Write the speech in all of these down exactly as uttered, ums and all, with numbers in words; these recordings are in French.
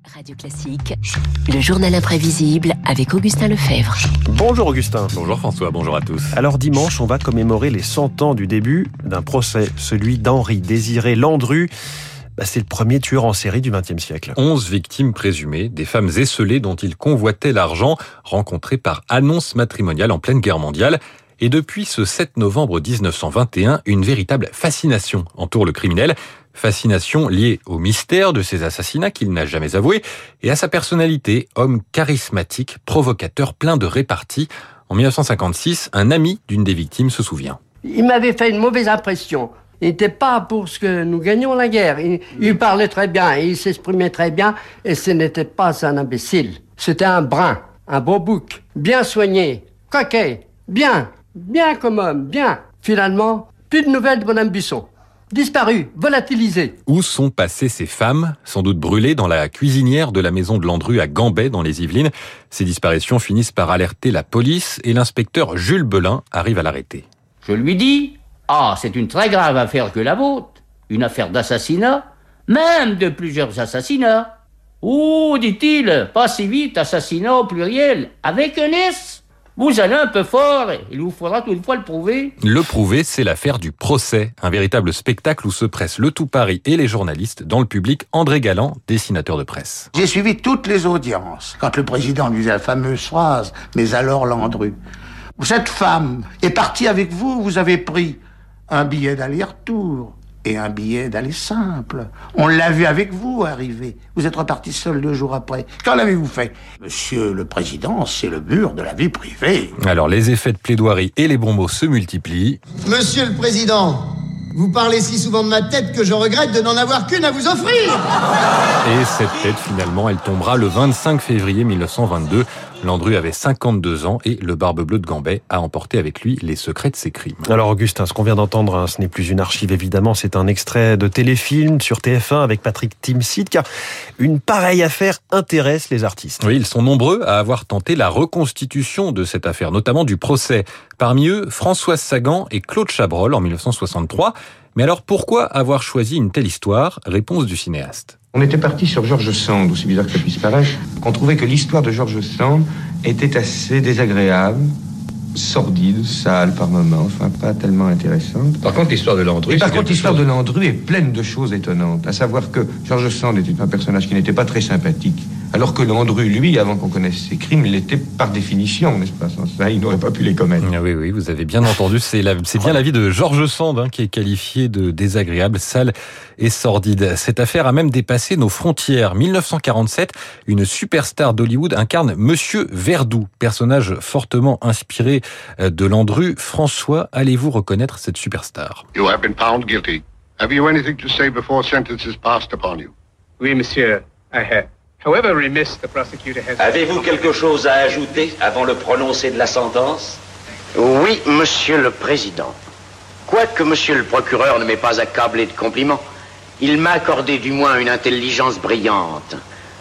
Radio Classique, le journal imprévisible avec Augustin Lefebvre. Bonjour Augustin. Bonjour François, bonjour à tous. Alors dimanche, on va commémorer les cent ans du début d'un procès, celui d'Henri Désiré Landru. Bah, c'est le premier tueur en série du vingtième siècle. Onze victimes présumées, des femmes esseulées dont il convoitait l'argent, rencontrées par annonce matrimoniale en pleine guerre mondiale. Et depuis ce sept novembre dix-neuf cent vingt et un, une véritable fascination entoure le criminel. Fascination liée au mystère de ses assassinats qu'il n'a jamais avoué et à sa personnalité, homme charismatique, provocateur, plein de répartie. En dix-neuf cent cinquante-six, un ami d'une des victimes se souvient. Il m'avait fait une mauvaise impression. Il n'était pas pour ce que nous gagnions la guerre. Il, il parlait très bien, il s'exprimait très bien et ce n'était pas un imbécile. C'était un brun, un beau bouc, bien soigné, coquet, bien, bien comme homme, bien. Finalement, plus de nouvelles de Madame Busson. Disparu, volatilisé. Où sont passées ces femmes, sans doute brûlées dans la cuisinière de la maison de Landru à Gambais, dans les Yvelines? Ces disparitions finissent par alerter la police et l'inspecteur Jules Belin arrive à l'arrêter. Je lui dis, ah, c'est une très grave affaire que la vôtre. Une affaire d'assassinat, même de plusieurs assassinats. Oh, dit-il, pas si vite, assassinat au pluriel, avec un S. Vous allez un peu fort, il vous faudra toutefois le prouver. Le prouver, c'est l'affaire du procès, un véritable spectacle où se pressent le tout Paris et les journalistes. Dans le public, André Galland, dessinateur de presse. J'ai suivi toutes les audiences, quand le président disait la fameuse phrase « Mais alors Landru ?» Cette femme est partie avec vous, vous avez pris un billet d'aller-retour et un billet d'aller simple. On l'a vu avec vous arriver. Vous êtes reparti seul deux jours après. Qu'en avez-vous fait? Monsieur le Président, c'est le mur de la vie privée. Alors, les effets de plaidoirie et les bons mots se multiplient. Monsieur le Président, vous parlez si souvent de ma tête que je regrette de n'en avoir qu'une à vous offrir. Et cette tête, finalement, elle tombera le vingt-cinq février mille neuf cent vingt-deux. Landru avait cinquante-deux ans et le Barbe Bleue de Gambais a emporté avec lui les secrets de ses crimes. Alors Augustin, ce qu'on vient d'entendre, hein, ce n'est plus une archive évidemment, c'est un extrait de téléfilm sur T F un avec Patrick Timsit, car une pareille affaire intéresse les artistes. Oui, ils sont nombreux à avoir tenté la reconstitution de cette affaire, notamment du procès. Parmi eux, Françoise Sagan et Claude Chabrol en mille neuf cent soixante-trois. Mais alors pourquoi avoir choisi une telle histoire? Réponse du cinéaste. On était parti sur George Sand, aussi bizarre que ça puisse paraître, qu'on trouvait que l'histoire de George Sand était assez désagréable, sordide, sale par moments, enfin pas tellement intéressante. Par contre, l'histoire de Landru... Et par contre, l'histoire chose... de Landru est pleine de choses étonnantes, à savoir que George Sand était un personnage qui n'était pas très sympathique, alors que Landru, lui, avant qu'on connaisse ses crimes, il l'était par définition, n'est-ce pas? Sans ça, il n'aurait pas pu les commettre. Ah oui, oui, vous avez bien entendu, c'est, la, c'est bien la vie de George Sand hein, qui est qualifié de désagréable, sale et sordide. Cette affaire a même dépassé nos frontières. mille neuf cent quarante-sept, une superstar d'Hollywood incarne Monsieur Verdoux, personnage fortement inspiré de Landru. François, allez-vous reconnaître cette superstar? You have been found guilty. Have you anything to say before sentence is passed upon you? Oui, monsieur, I have. However remiss the prosecutor has... Avez-vous quelque chose à ajouter avant le prononcé de la sentence? Oui, monsieur le président. Quoique monsieur le procureur ne m'ait pas accablé de compliments, il m'a accordé du moins une intelligence brillante.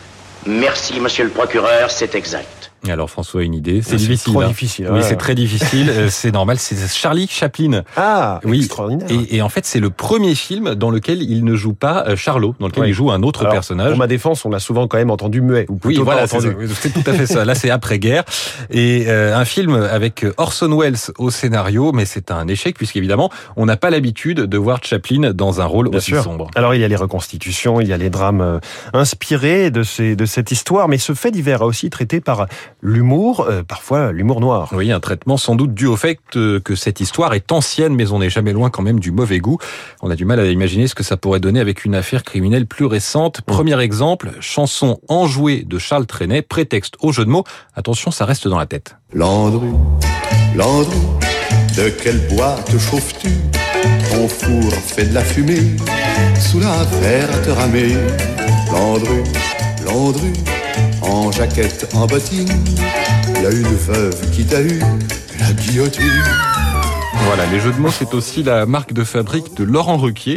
Merci, monsieur le procureur, c'est exact. Alors François, une idée? C'est, c'est difficile. Trop hein. difficile. Oui, ouais. c'est très difficile. C'est normal. C'est Charlie Chaplin. Ah, oui. Extraordinaire. Et, et en fait, c'est le premier film dans lequel il ne joue pas Charlot, dans lequel oui. il joue un autre Alors, personnage. Pour ma défense, on l'a souvent quand même entendu muet. Ou oui, voilà, c'est, c'est tout à fait ça. Là, c'est après-guerre. Et euh, un film avec Orson Welles au scénario, mais c'est un échec puisqu'évidemment, on n'a pas l'habitude de voir Chaplin dans un rôle Bien aussi sûr. sombre. Alors, il y a les reconstitutions, il y a les drames euh, inspirés de, ces, de cette histoire, mais ce fait divers a aussi traité par l'humour, euh, parfois l'humour noir. Oui, un traitement sans doute dû au fait que cette histoire est ancienne, mais on n'est jamais loin quand même du mauvais goût. On a du mal à imaginer ce que ça pourrait donner avec une affaire criminelle plus récente. Premier exemple, chanson enjouée de Charles Trenet, prétexte au jeu de mots. Attention, ça reste dans la tête. Landru, Landru, de quel bois te chauffes-tu? Ton four fait de la fumée, sous la verte ramée. Landru, Landru, en jaquette, en bottine, il y a une veuve qui t'a eu, la guillotine. Voilà, les jeux de mots, c'est aussi la marque de fabrique de Laurent Ruquier.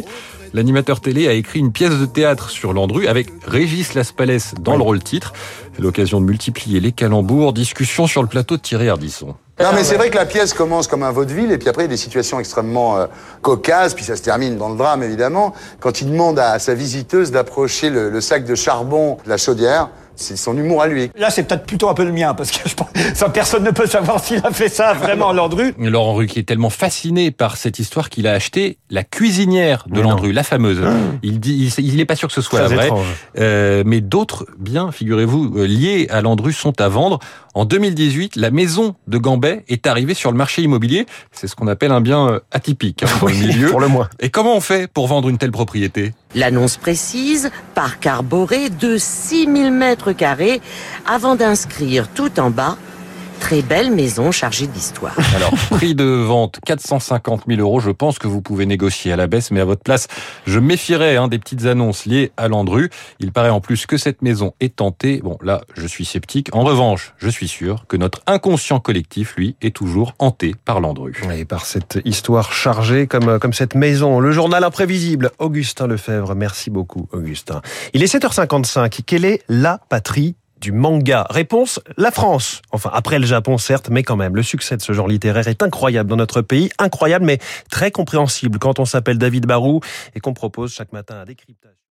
L'animateur télé a écrit une pièce de théâtre sur Landru avec Régis Laspalès dans oui. le rôle titre. C'est l'occasion de multiplier les calembours. Discussion sur le plateau de Thierry Ardisson. Non mais c'est vrai que la pièce commence comme un vaudeville et puis après il y a des situations extrêmement euh, cocasses, puis ça se termine dans le drame évidemment. Quand il demande à sa visiteuse d'approcher le, le sac de charbon de la chaudière, c'est son humour à lui. Là, c'est peut-être plutôt un peu le mien, parce que je pense, ça, personne ne peut savoir s'il a fait ça vraiment, Landru. Laurent Ruquier est tellement fasciné par cette histoire qu'il a acheté la cuisinière de mais Landru, non. la fameuse. Mmh. Il dit, il n'est pas sûr que ce soit la vraie. Euh, mais d'autres biens, figurez-vous, liés à Landru sont à vendre. En deux mille dix-huit, la maison de Gambet est arrivée sur le marché immobilier. C'est ce qu'on appelle un bien atypique hein, dans oui, le milieu. Pour le moins. Et comment on fait pour vendre une telle propriété ? L'annonce précise, parc arboré de six mille mètres carrés, avant d'inscrire tout en bas, très belle maison chargée d'histoire. Alors, prix de vente quatre cent cinquante mille euros. Je pense que vous pouvez négocier à la baisse, mais à votre place, je méfierais hein, des petites annonces liées à Landru. Il paraît en plus que cette maison est tentée. Bon, là, je suis sceptique. En revanche, je suis sûr que notre inconscient collectif, lui, est toujours hanté par Landru. Et par cette histoire chargée comme, comme cette maison. Le journal imprévisible. Augustin Lefebvre, merci beaucoup, Augustin. Il est sept heures cinquante-cinq. Quelle est la patrie du manga? Réponse, la France. Enfin, après le Japon, certes, mais quand même. Le succès de ce genre littéraire est incroyable dans notre pays. Incroyable, mais très compréhensible quand on s'appelle David Barou et qu'on propose chaque matin un décryptage.